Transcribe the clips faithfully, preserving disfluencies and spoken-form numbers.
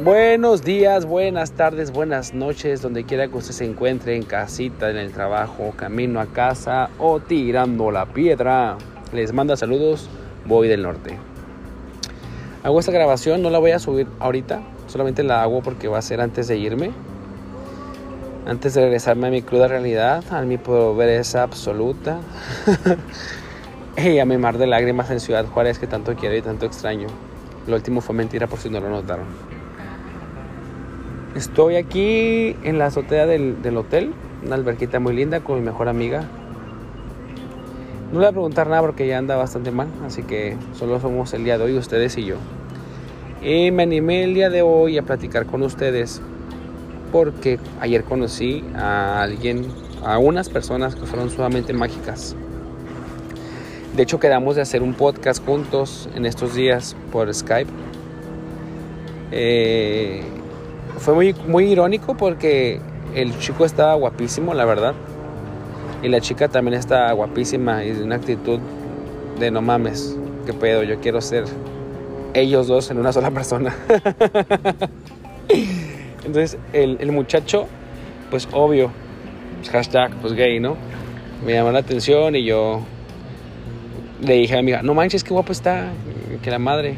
Buenos días, buenas tardes, buenas noches, donde quiera que usted se encuentre, en casita, en el trabajo, camino a casa o tirando la piedra. Les manda saludos, Voy del Norte. Hago esta grabación, no la voy a subir ahorita, solamente la hago porque va a ser antes de irme. Antes de regresarme a mi cruda realidad, a mi pobreza absoluta y a mi mar de lágrimas en Ciudad Juárez que tanto quiero y tanto extraño. Lo último fue mentira, por si no lo notaron. Estoy aquí en la azotea del, del hotel, una alberquita muy linda con mi mejor amiga. No le voy a preguntar nada porque ya anda bastante mal, así que solo somos el día de hoy, ustedes y yo. Y me animé el día de hoy a platicar con ustedes porque ayer conocí a alguien, a unas personas que fueron sumamente mágicas. De hecho, quedamos de hacer un podcast juntos en estos días por Skype. Eh... Fue muy, muy irónico porque el chico estaba guapísimo, la verdad. Y la chica también estaba guapísima y de una actitud de no mames, qué pedo, yo quiero ser ellos dos en una sola persona. Entonces el, el muchacho, pues obvio, hashtag, pues gay, ¿no? Me llamó la atención y yo le dije a mi amiga, no manches, qué guapo está, que la madre.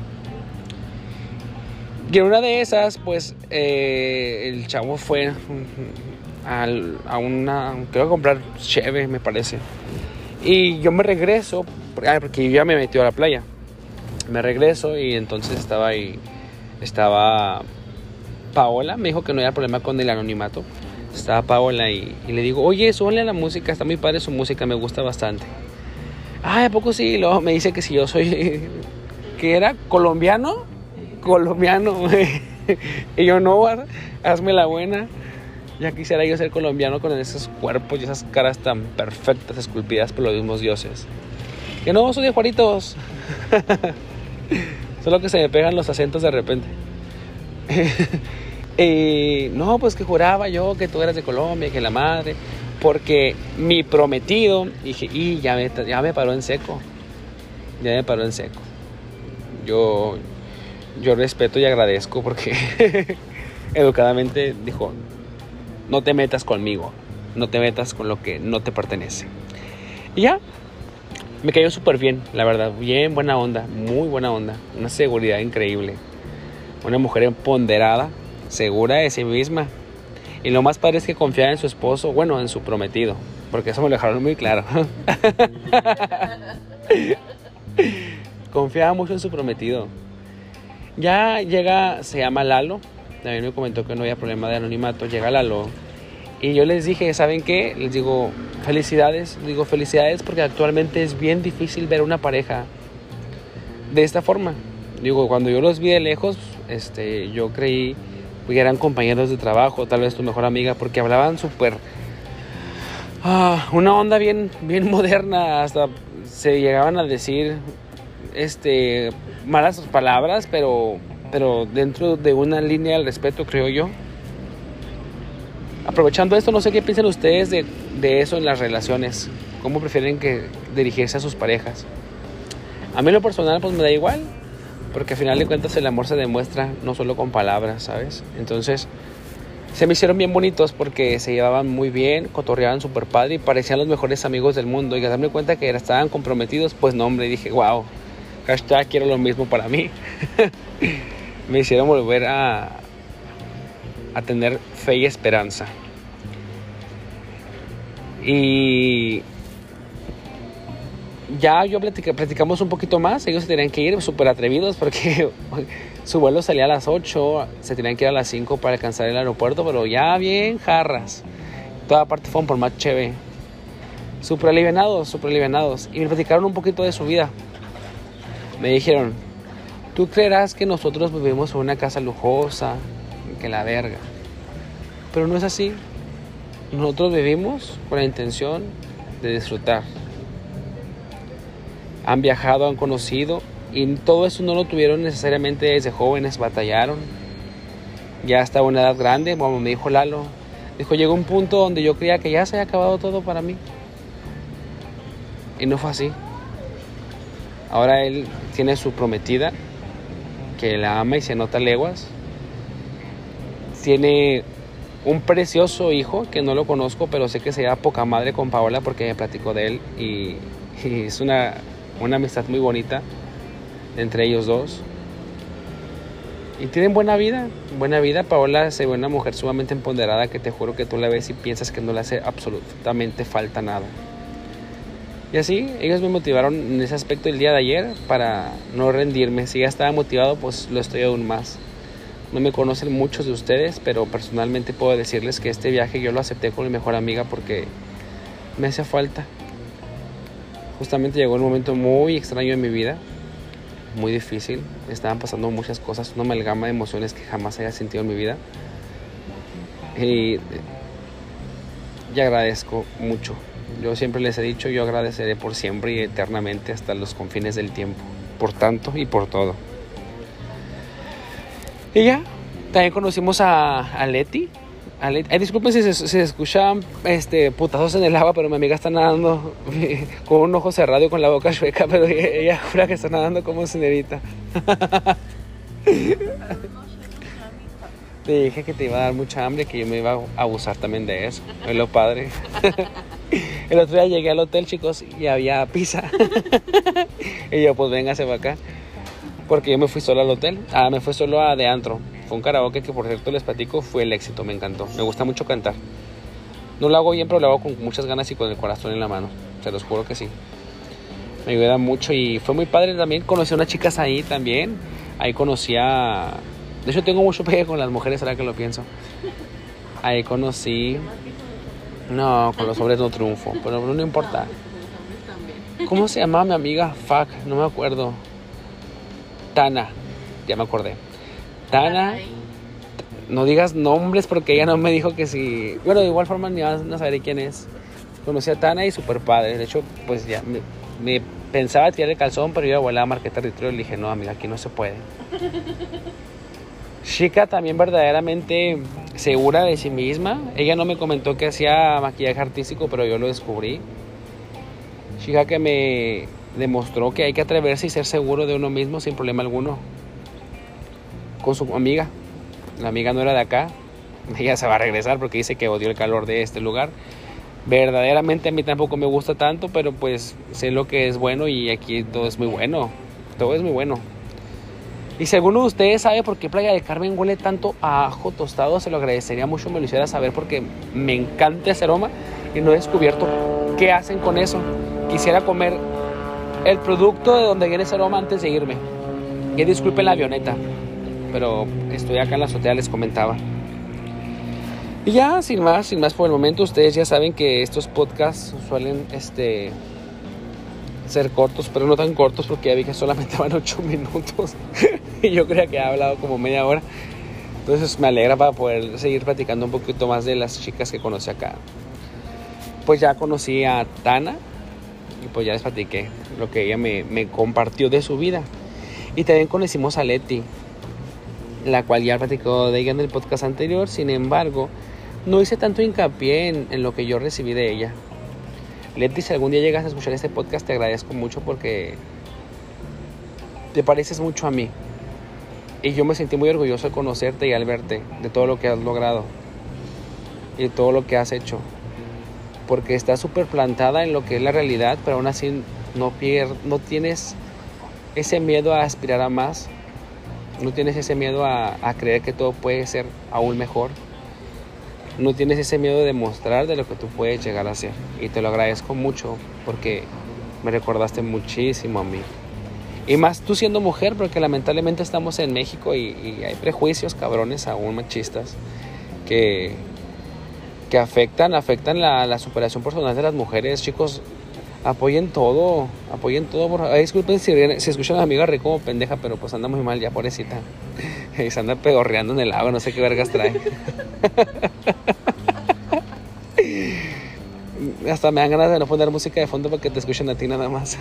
Y en una de esas, pues, eh, el chavo fue al, a una... Quiero comprar cheve, me parece. Y yo me regreso, porque yo ya me metí a la playa. Me regreso y entonces estaba ahí... Estaba Paola, me dijo que no había problema con el anonimato. Estaba Paola y, y le digo, oye, súbale a la música, está muy padre su música, me gusta bastante. Ay, ¿a poco sí? Y luego me dice que si yo soy... ¿Qué era? ¿Colombiano? colombiano y yo no, hazme la buena, ya quisiera yo ser colombiano con esos cuerpos y esas caras tan perfectas esculpidas por los mismos dioses. Que no, soy de Juaritos. Solo que se me pegan los acentos de repente. Y no, pues que juraba yo que tú eras de Colombia, que la madre, porque mi prometido, dije, y ya me, ya me paró en seco, ya me paró en seco. Yo Yo respeto y agradezco porque educadamente dijo, no te metas conmigo, no te metas con lo que no te pertenece. Y ya, me cayó súper bien, la verdad, bien buena onda, muy buena onda, una seguridad increíble. Una mujer empoderada, segura de sí misma. Y lo más padre es que confiaba en su esposo, bueno, en su prometido, porque eso me lo dejaron muy claro. Confiaba mucho en su prometido. Ya llega, se llama Lalo, también me comentó que no había problema de anonimato, llega Lalo, y yo les dije, ¿saben qué? Les digo, felicidades, les digo felicidades porque actualmente es bien difícil ver una pareja de esta forma. Digo, cuando yo los vi de lejos, este, yo creí que eran compañeros de trabajo, tal vez tu mejor amiga, porque hablaban súper, ah, una onda bien, bien moderna, hasta se llegaban a decir, este... malas palabras, pero, pero dentro de una línea del respeto, creo yo. Aprovechando esto, no sé qué piensan ustedes de, de eso en las relaciones. ¿Cómo prefieren que dirigirse a sus parejas? A mí en lo personal pues me da igual, porque al final de cuentas el amor se demuestra no solo con palabras, ¿sabes? Entonces se me hicieron bien bonitos porque se llevaban muy bien, cotorreaban súper padre y parecían los mejores amigos del mundo. Y al darme cuenta que estaban comprometidos, pues no, hombre, dije, wow, hashtag quiero lo mismo para mí. Me hicieron volver a, a tener fe y esperanza. Y ya yo platic, platicamos un poquito más. Ellos se tenían que ir súper atrevidos porque su vuelo salía a las ocho. Se tenían que ir a las cinco para alcanzar el aeropuerto, pero ya bien jarras. Toda parte fueron por más chévere. Súper alivianados, súper alivianados. Y me platicaron un poquito de su vida. Me dijeron, tú creerás que nosotros vivimos en una casa lujosa, que la verga. Pero no es así. Nosotros vivimos con la intención de disfrutar. Han viajado, han conocido, y todo eso no lo tuvieron necesariamente desde jóvenes, batallaron. Ya hasta una edad grande, como me dijo Lalo. Dijo, llegó un punto donde yo creía que ya se había acabado todo para mí. Y no fue así. Ahora él tiene su prometida, que la ama y se nota leguas. tiene un precioso hijo que no lo conozco, pero sé que se lleva poca madre con Paola porque me platicó de él y, y es una, una amistad muy bonita entre ellos dos. Y tienen buena vida, buena vida. Paola se ve una mujer sumamente empoderada que te juro que tú la ves y piensas que no le hace absolutamente falta nada. Y así, ellos me motivaron en ese aspecto el día de ayer para no rendirme. Si ya estaba motivado, pues lo estoy aún más. No me conocen muchos de ustedes, pero personalmente puedo decirles que este viaje yo lo acepté con mi mejor amiga porque me hacía falta. Justamente llegó un momento muy extraño en mi vida, muy difícil. Estaban pasando muchas cosas, una amalgama de emociones que jamás haya sentido en mi vida. Y, y agradezco mucho. Yo siempre les he dicho, yo agradeceré por siempre y eternamente hasta los confines del tiempo. Por tanto y por todo. Y ya, también conocimos a, a Leti. A Leti. Ay, disculpen si se, si se escuchan este, putazos en el agua, pero mi amiga está nadando con un ojo cerrado y con la boca chueca, pero ella, ella jura que está nadando como señorita. Te dije que te iba a dar mucha hambre, que yo me iba a abusar también de eso. Es lo padre. El otro día llegué al hotel, chicos, y había pizza. Y yo, pues véngase para acá. Porque yo me fui solo al hotel. Ah, me fui solo a de antro. Fue un karaoke que, por cierto, les platico, fue el éxito, me encantó. Me gusta mucho cantar. No lo hago bien, pero lo hago con muchas ganas y con el corazón en la mano. Se los juro que sí. Me ayuda mucho y fue muy padre también. Conocí a unas chicas ahí también. Ahí conocí a... De hecho, tengo mucho pegue con las mujeres, ahora que lo pienso. Ahí conocí... No, con los hombres no triunfo, pero no, no importa. ¿Cómo se llamaba mi amiga? Fuck, no me acuerdo. Tana, ya me acordé. Tana, no digas nombres porque ella no me dijo que sí. Bueno, de igual forma ni van a saber quién es. Conocí a Tana y super padre. De hecho, pues ya me, me pensaba tirar el calzón, pero yo volaba a marcar territorio y le dije, no, amiga, aquí no se puede. Chica también verdaderamente segura de sí misma. Ella no me comentó que hacía maquillaje artístico, pero yo lo descubrí. Chica que me demostró que hay que atreverse y ser seguro de uno mismo sin problema alguno. Con su amiga. La amiga no era de acá. Ella se va a regresar porque dice que odió el calor de este lugar. Verdaderamente a mí tampoco me gusta tanto, pero pues sé lo que es bueno y aquí todo es muy bueno. Todo es muy bueno. Y si alguno de ustedes sabe por qué Playa del Carmen huele tanto a ajo tostado, se lo agradecería mucho, me lo hiciera saber porque me encanta ese aroma y no he descubierto qué hacen con eso. Quisiera comer el producto de donde viene ese aroma antes de irme. Y disculpen la avioneta, pero estoy acá en la azotea, les comentaba. Y ya, sin más, sin más por el momento, ustedes ya saben que estos podcasts suelen este, ser cortos, pero no tan cortos porque ya vi que solamente van ocho minutos. Y yo creía que he hablado como media hora. Entonces me alegra para poder seguir platicando un poquito más de las chicas que conocí acá. Pues ya conocí a Tana y pues ya les platiqué lo que ella me, me compartió de su vida. Y también conocimos a Leti, la cual ya platicó de ella en el podcast anterior. Sin embargo, no hice tanto hincapié en, en lo que yo recibí de ella. Leti, si algún día llegas a escuchar este podcast, te agradezco mucho porque te pareces mucho a mí. Y yo me sentí muy orgulloso de conocerte y al verte, de todo lo que has logrado y de todo lo que has hecho. Porque estás súper plantada en lo que es la realidad, pero aún así no, pier- no tienes ese miedo a aspirar a más. No tienes ese miedo a, a creer que todo puede ser aún mejor. No tienes ese miedo de demostrar de lo que tú puedes llegar a ser. Y te lo agradezco mucho porque me recordaste muchísimo a mí. Y más tú siendo mujer, porque lamentablemente estamos en México y, y hay prejuicios cabrones aún machistas que, que afectan, afectan la, la superación personal de las mujeres. Chicos, apoyen todo, apoyen todo. Por... Ay, disculpen si, si escuchan a mi amiga re como pendeja, pero pues anda muy mal ya, pobrecita. Y se anda pedorreando en el agua, no sé qué vergas trae. Hasta me dan ganas de no poner música de fondo para que te escuchen a ti nada más.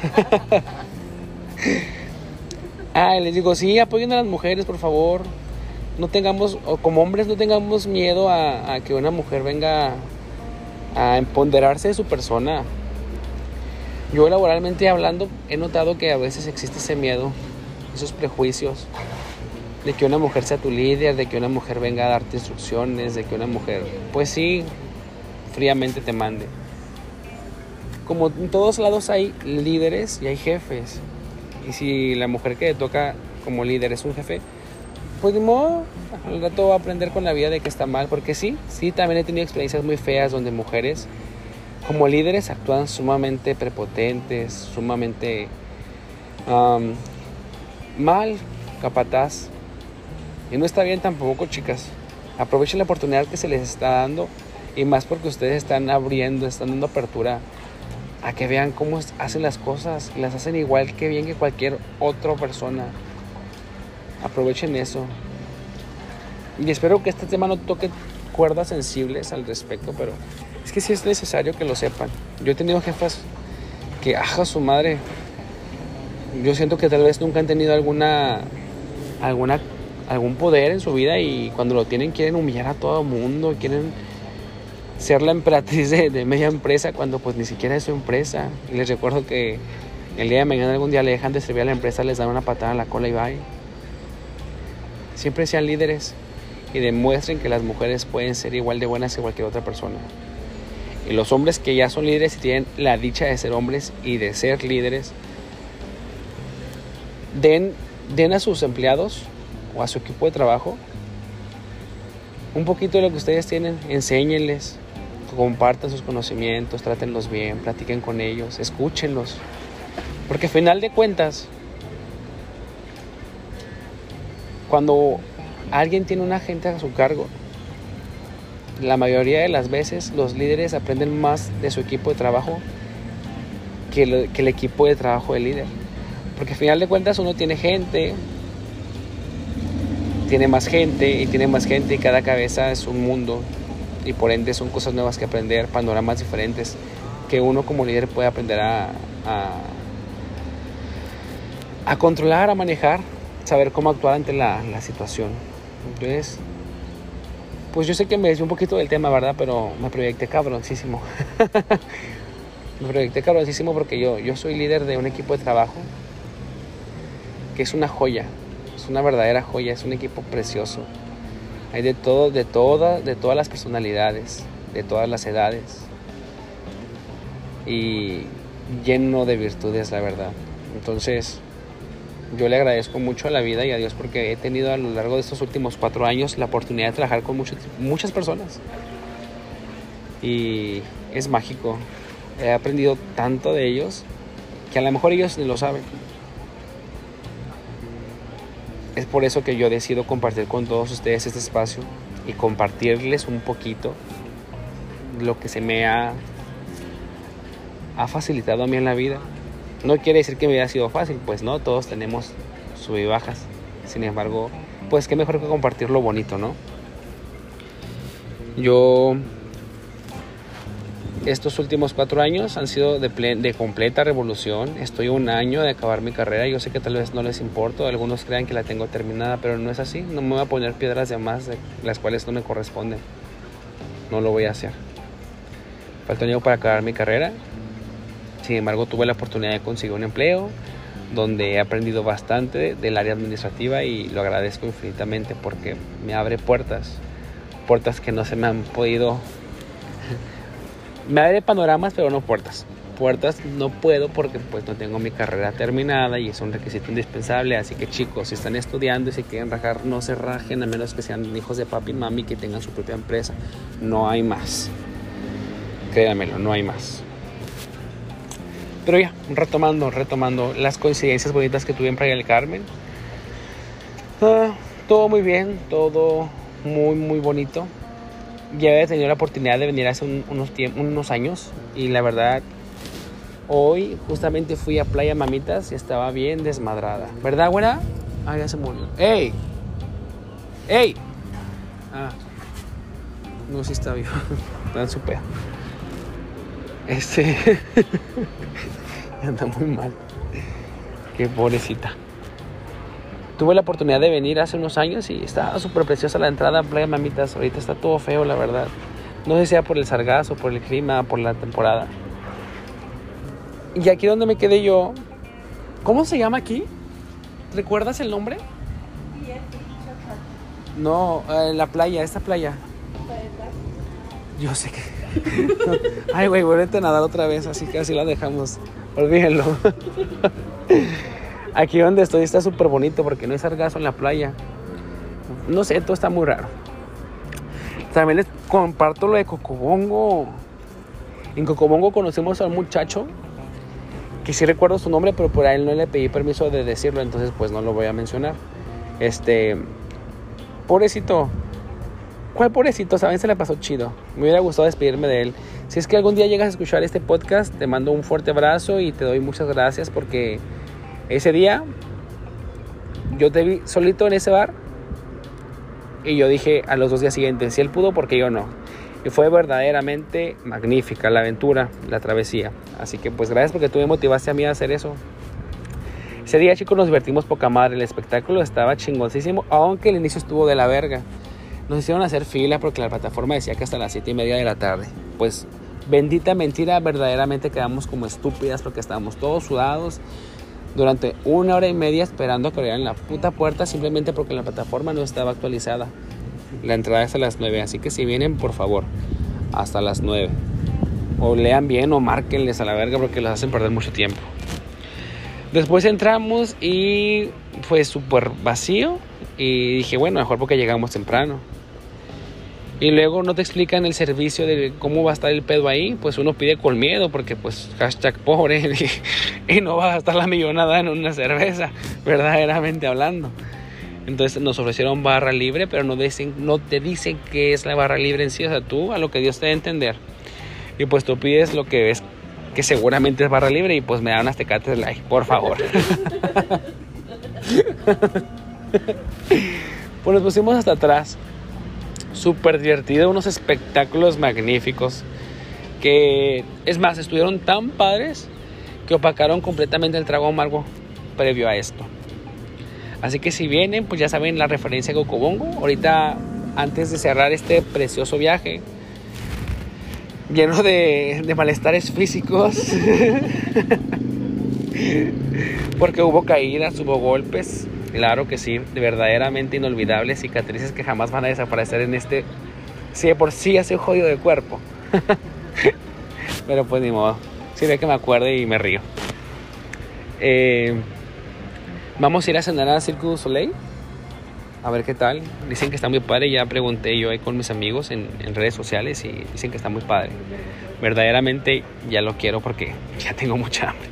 Ah, les digo, sí, apoyen a las mujeres, por favor. No tengamos, o como hombres, no tengamos miedo a, a que una mujer venga a empoderarse de su persona. Yo laboralmente hablando he notado que a veces existe ese miedo, esos prejuicios. de que una mujer sea tu líder, de que una mujer venga a darte instrucciones, de que una mujer, pues sí, fríamente te mande. Como en todos lados hay líderes y hay jefes. Y si la mujer que te toca como líder es un jefe, pues de modo, al rato va a aprender con la vida de que está mal. Porque sí, sí, también he tenido experiencias muy feas donde mujeres como líderes actúan sumamente prepotentes, sumamente um, mal, capataz. Y no está bien tampoco, chicas. Aprovechen la oportunidad que se les está dando. Y más porque ustedes están abriendo, están dando apertura a que vean cómo hacen las cosas. Y las hacen igual que bien que cualquier otra persona. Aprovechen eso. Y espero que este tema no toque cuerdas sensibles al respecto, pero es que sí es necesario que lo sepan. Yo he tenido jefas que, aja su madre, yo siento que tal vez nunca han tenido alguna, alguna, algún poder en su vida, y cuando lo tienen quieren humillar a todo el mundo, quieren ser la emperatriz de, de media empresa cuando pues ni siquiera es su empresa. Y les recuerdo que el día de mañana algún día le dejan de servir a la empresa, les dan una patada en la cola y bye. Siempre sean líderes y demuestren que las mujeres pueden ser igual de buenas que cualquier otra persona. Y los hombres que ya son líderes y tienen la dicha de ser hombres y de ser líderes, den, den a sus empleados o a su equipo de trabajo un poquito de lo que ustedes tienen, enséñenles, compartan sus conocimientos, trátenlos bien, platiquen con ellos, escúchenlos. Porque al final de cuentas, cuando alguien tiene una gente a su cargo, la mayoría de las veces los líderes aprenden más de su equipo de trabajo que, lo, que el equipo de trabajo del líder. Porque al final de cuentas uno tiene gente, tiene más gente y tiene más gente, y cada cabeza es un mundo, y por ende son cosas nuevas que aprender, panoramas diferentes que uno como líder puede aprender a, a, a controlar, a manejar, saber cómo actuar ante la, la situación. Entonces, pues yo sé que me desvié un poquito del tema, ¿verdad? Pero me proyecté cabroncísimo. me proyecté cabroncísimo porque yo, yo soy líder de un equipo de trabajo que es una joya, es una verdadera joya, es un equipo precioso. Hay de todo, de todas, de todas las personalidades, de todas las edades, y lleno de virtudes, la verdad. Entonces, yo le agradezco mucho a la vida y a Dios porque he tenido a lo largo de estos últimos cuatro años la oportunidad de trabajar con muchas, muchas personas. Y es mágico. He aprendido tanto de ellos que a lo mejor ellos ni lo saben. Es por eso que yo decido compartir con todos ustedes este espacio y compartirles un poquito lo que se me ha, ha facilitado a mí en la vida. No quiere decir que me haya sido fácil, pues no, todos tenemos sub y bajas. Sin embargo, pues qué mejor que compartir lo bonito, ¿no? Yo, estos últimos cuatro años han sido de, plen- de completa revolución. Estoy a un año de acabar mi carrera. Yo sé que tal vez no les importo, algunos crean que la tengo terminada, pero no es así. No me voy a poner piedras de más de las cuales no me corresponden. No lo voy a hacer. Falta un año para acabar mi carrera. Sin embargo, tuve la oportunidad de conseguir un empleo donde he aprendido bastante del área administrativa y lo agradezco infinitamente porque me abre puertas, puertas que no se me han podido... me abre panoramas, pero no puertas. Puertas no puedo porque pues no tengo mi carrera terminada y es un requisito indispensable. Así que chicos, si están estudiando y si quieren rajar, no se rajen, a menos que sean hijos de papi y mami que tengan su propia empresa. No hay más. Créanmelo, no hay más. Pero ya, retomando, retomando las coincidencias bonitas que tuve en Playa del Carmen. Ah, todo muy bien, todo muy, muy bonito. Ya había tenido la oportunidad de venir hace un, unos, tiemp- unos años. Y la verdad, hoy justamente fui a Playa Mamitas y estaba bien desmadrada. ¿Verdad, güera? Ah, ya se murió. ¡Ey! ¡Ey! Ah, no, sí está vivo. Está en su pedo. Este... anda muy mal. Qué pobrecita. Tuve la oportunidad de venir hace unos años y estaba súper preciosa la entrada a Playa Mamitas. Ahorita está todo feo, la verdad. No sé si sea por el sargazo, por el clima, por la temporada. Y aquí donde me quedé yo, ¿cómo se llama aquí? ¿Recuerdas el nombre? No, en la playa, esta playa. Yo sé que... Ay, güey, vuelve a nadar otra vez, así que así la dejamos. Olvídenlo. Aquí donde estoy está súper bonito porque no hay sargazo en la playa. No sé, todo está muy raro. También les comparto lo de Cocobongo. En Cocobongo conocemos a un muchacho que sí recuerdo su nombre, pero por ahí no le pedí permiso de decirlo, entonces pues no lo voy a mencionar. Este... Pobrecito. ¿Cuál pobrecito? Saben, se le pasó chido. Me hubiera gustado despedirme de él. Si es que algún día llegas a escuchar este podcast, te mando un fuerte abrazo y te doy muchas gracias porque ese día yo te vi solito en ese bar y yo dije a los dos días siguientes, si él pudo, ¿por qué yo no? Y fue verdaderamente magnífica la aventura, la travesía. Así que pues gracias porque tú me motivaste a mí a hacer eso. Ese día, chicos, nos divertimos poca madre. El espectáculo estaba chingoncísimo, aunque el inicio estuvo de la verga. Nos hicieron hacer fila porque la plataforma decía que hasta las siete y media de la tarde. Pues bendita mentira, verdaderamente quedamos como estúpidas porque estábamos todos sudados durante una hora y media esperando a que abrieran la puta puerta simplemente porque la plataforma no estaba actualizada. La entrada es a las nueve, así que si vienen, por favor, hasta las nueve. O lean bien o márquenles a la verga porque los hacen perder mucho tiempo. Después entramos y fue súper vacío. Y dije, bueno, mejor porque llegamos temprano. Y luego no te explican el servicio de cómo va a estar el pedo ahí. Pues uno pide con miedo porque pues hashtag pobre. Y, y no va a gastar la millonada en una cerveza, verdaderamente hablando. Entonces nos ofrecieron barra libre, pero no, dicen, no te dicen qué es la barra libre en sí. O sea, tú a lo que Dios te dé a entender. Y pues tú pides lo que ves que seguramente es barra libre. Y pues me dan unas tecates like, por favor. Pues nos pusimos hasta atrás. Súper divertido, unos espectáculos magníficos. Que es más, estuvieron tan padres que opacaron completamente el trago amargo previo a esto. Así que si vienen, pues ya saben la referencia a Cocobongo. Ahorita, antes de cerrar este precioso viaje lleno de, de malestares físicos porque hubo caídas, hubo golpes. Claro que sí, verdaderamente inolvidables, cicatrices que jamás van a desaparecer en este, si de por sí hace jodido de cuerpo. Pero pues ni modo, sí ve que me acuerde y me río. Eh, vamos a ir a cenar a Cirque du Soleil, a ver qué tal. Dicen que está muy padre, ya pregunté yo ahí con mis amigos en, en redes sociales y dicen que está muy padre. Verdaderamente ya lo quiero porque ya tengo mucha hambre.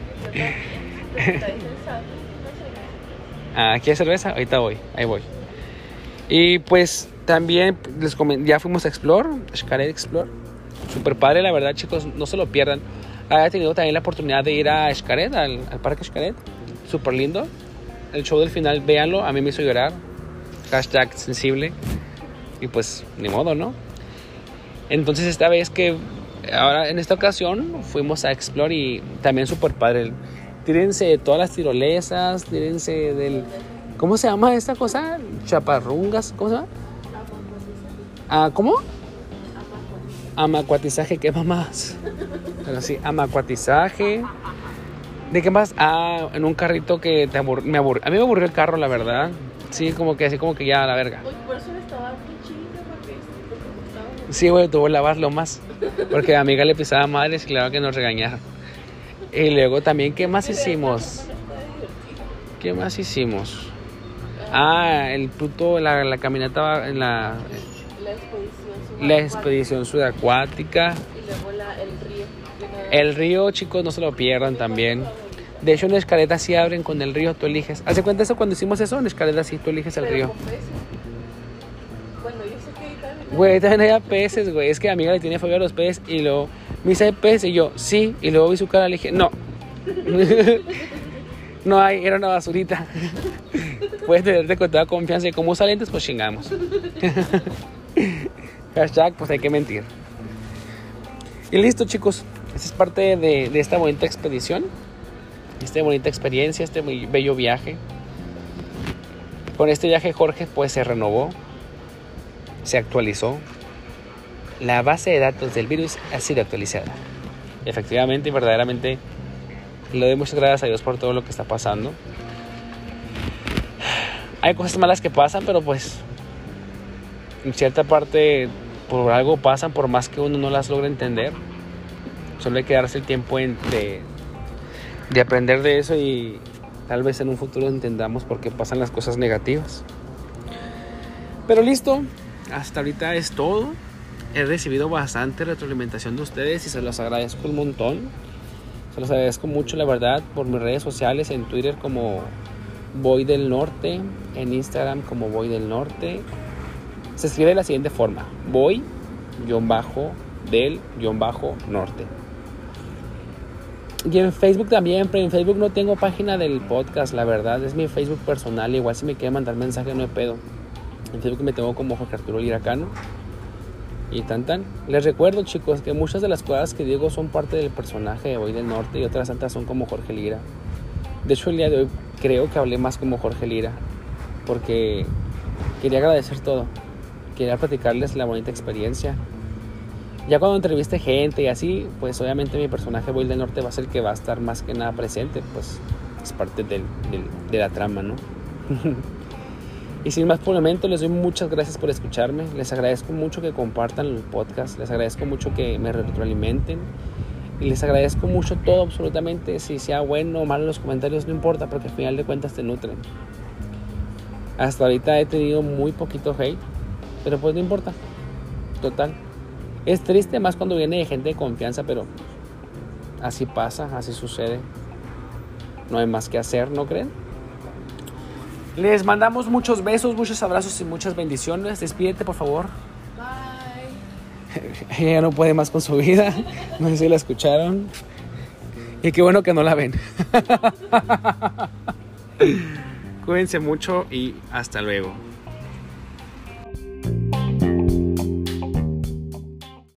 ¿Aquí hay cerveza? Ahorita voy, ahí voy. Y pues también les coment- ya fuimos a Explore, Xcaret Explore. Super padre, la verdad, chicos, no se lo pierdan. Había tenido también la oportunidad de ir a Xcaret, al, al parque Xcaret. Súper lindo. El show del final, véanlo, a mí me hizo llorar. Hashtag sensible. Y pues, ni modo, ¿no? Entonces esta vez que, ahora en esta ocasión, fuimos a Explore y también súper padre. Tírense de todas las tirolesas, tírense del... ¿Cómo se llama esta cosa? Chaparrungas, ¿cómo se llama? Ah, ¿cómo? Amacuatizaje, ¿qué mamás? Pero sí, amacuatizaje. ¿De qué más? Ah, en un carrito que te abur... me aburrió. A mí me aburrió el carro, la verdad. Sí, como que así como que ya a la verga. Oye, por eso le estaba muy chido porque estaba... Sí, güey, tuvo que lavarlo más. Porque a mi amiga le pisaba madres y claro que nos regañaron. Y luego también, ¿qué más hicimos? ¿Qué más hicimos? Ah, el puto, la, la caminata en la... La expedición La expedición subacuática. Y luego la, el río. El río, chicos, no se lo pierdan también. De hecho, en Xcaret sí abren con el río, tú eliges. ¿Hace cuenta eso cuando hicimos eso? En Xcaret sí, tú eliges el Pero río. con peces. Bueno, yo sé que ahí también... Güey, también había peces, güey. Es que a mi amiga le tiene fobia a los peces y luego me dice, ¿hay peces? Y yo, sí. Y luego vi su cara y le dije, no. No hay, era una basurita. Puedes tenerte con toda confianza y como usa lentes, pues chingamos. Hashtag, pues hay que mentir. Y listo, chicos. Esa es parte de, de esta bonita expedición. Esta bonita experiencia, este muy bello viaje. Con este viaje Jorge pues se renovó, se actualizó. La base de datos del virus ha sido actualizada. Efectivamente y verdaderamente le doy muchas gracias a Dios por todo lo que está pasando. Hay cosas malas que pasan, pero pues en cierta parte por algo pasan, por más que uno no las logre entender. Solo hay que darse el tiempo en, de, de aprender de eso y tal vez en un futuro entendamos por qué pasan las cosas negativas. Pero listo, hasta ahorita es todo. He recibido bastante retroalimentación de ustedes y se los agradezco un montón. Se los agradezco mucho, la verdad, por mis redes sociales, en Twitter como Voy del Norte, en Instagram como Voy del Norte. Se escribe de la siguiente forma: Voy, guión bajo, del, guión bajo, norte. Y en Facebook también, pero en Facebook no tengo página del podcast, la verdad. Es mi Facebook personal, igual si me quieren mandar mensaje no hay pedo. En Facebook me tengo como Jorge Arturo Liracano. Y tan tan. Les recuerdo, chicos, que muchas de las cosas que digo son parte del personaje de Voy del Norte y otras tantas son como Jorge Lira. De hecho, el día de hoy creo que hablé más como Jorge Lira, porque quería agradecer todo. Quería platicarles la bonita experiencia. Ya cuando entreviste gente y así, pues obviamente mi personaje Voy del Norte va a ser el que va a estar más que nada presente, pues es parte del, del, de la trama, ¿no? Y sin más por el momento, les doy muchas gracias por escucharme. Les agradezco mucho que compartan el podcast. Les agradezco mucho que me retroalimenten. Y les agradezco mucho todo, absolutamente. Si sea bueno o malo en los comentarios, no importa, porque al final de cuentas te nutren. Hasta ahorita he tenido muy poquito hate, pero pues no importa. Total. Es triste más cuando viene de gente de confianza, pero así pasa, así sucede. No hay más que hacer, ¿no creen? Les mandamos muchos besos, muchos abrazos y muchas bendiciones. Despídete, por favor. Bye. Ella ya no puede más con su vida. No sé si la escucharon. Y qué bueno que no la ven. Cuídense mucho y hasta luego.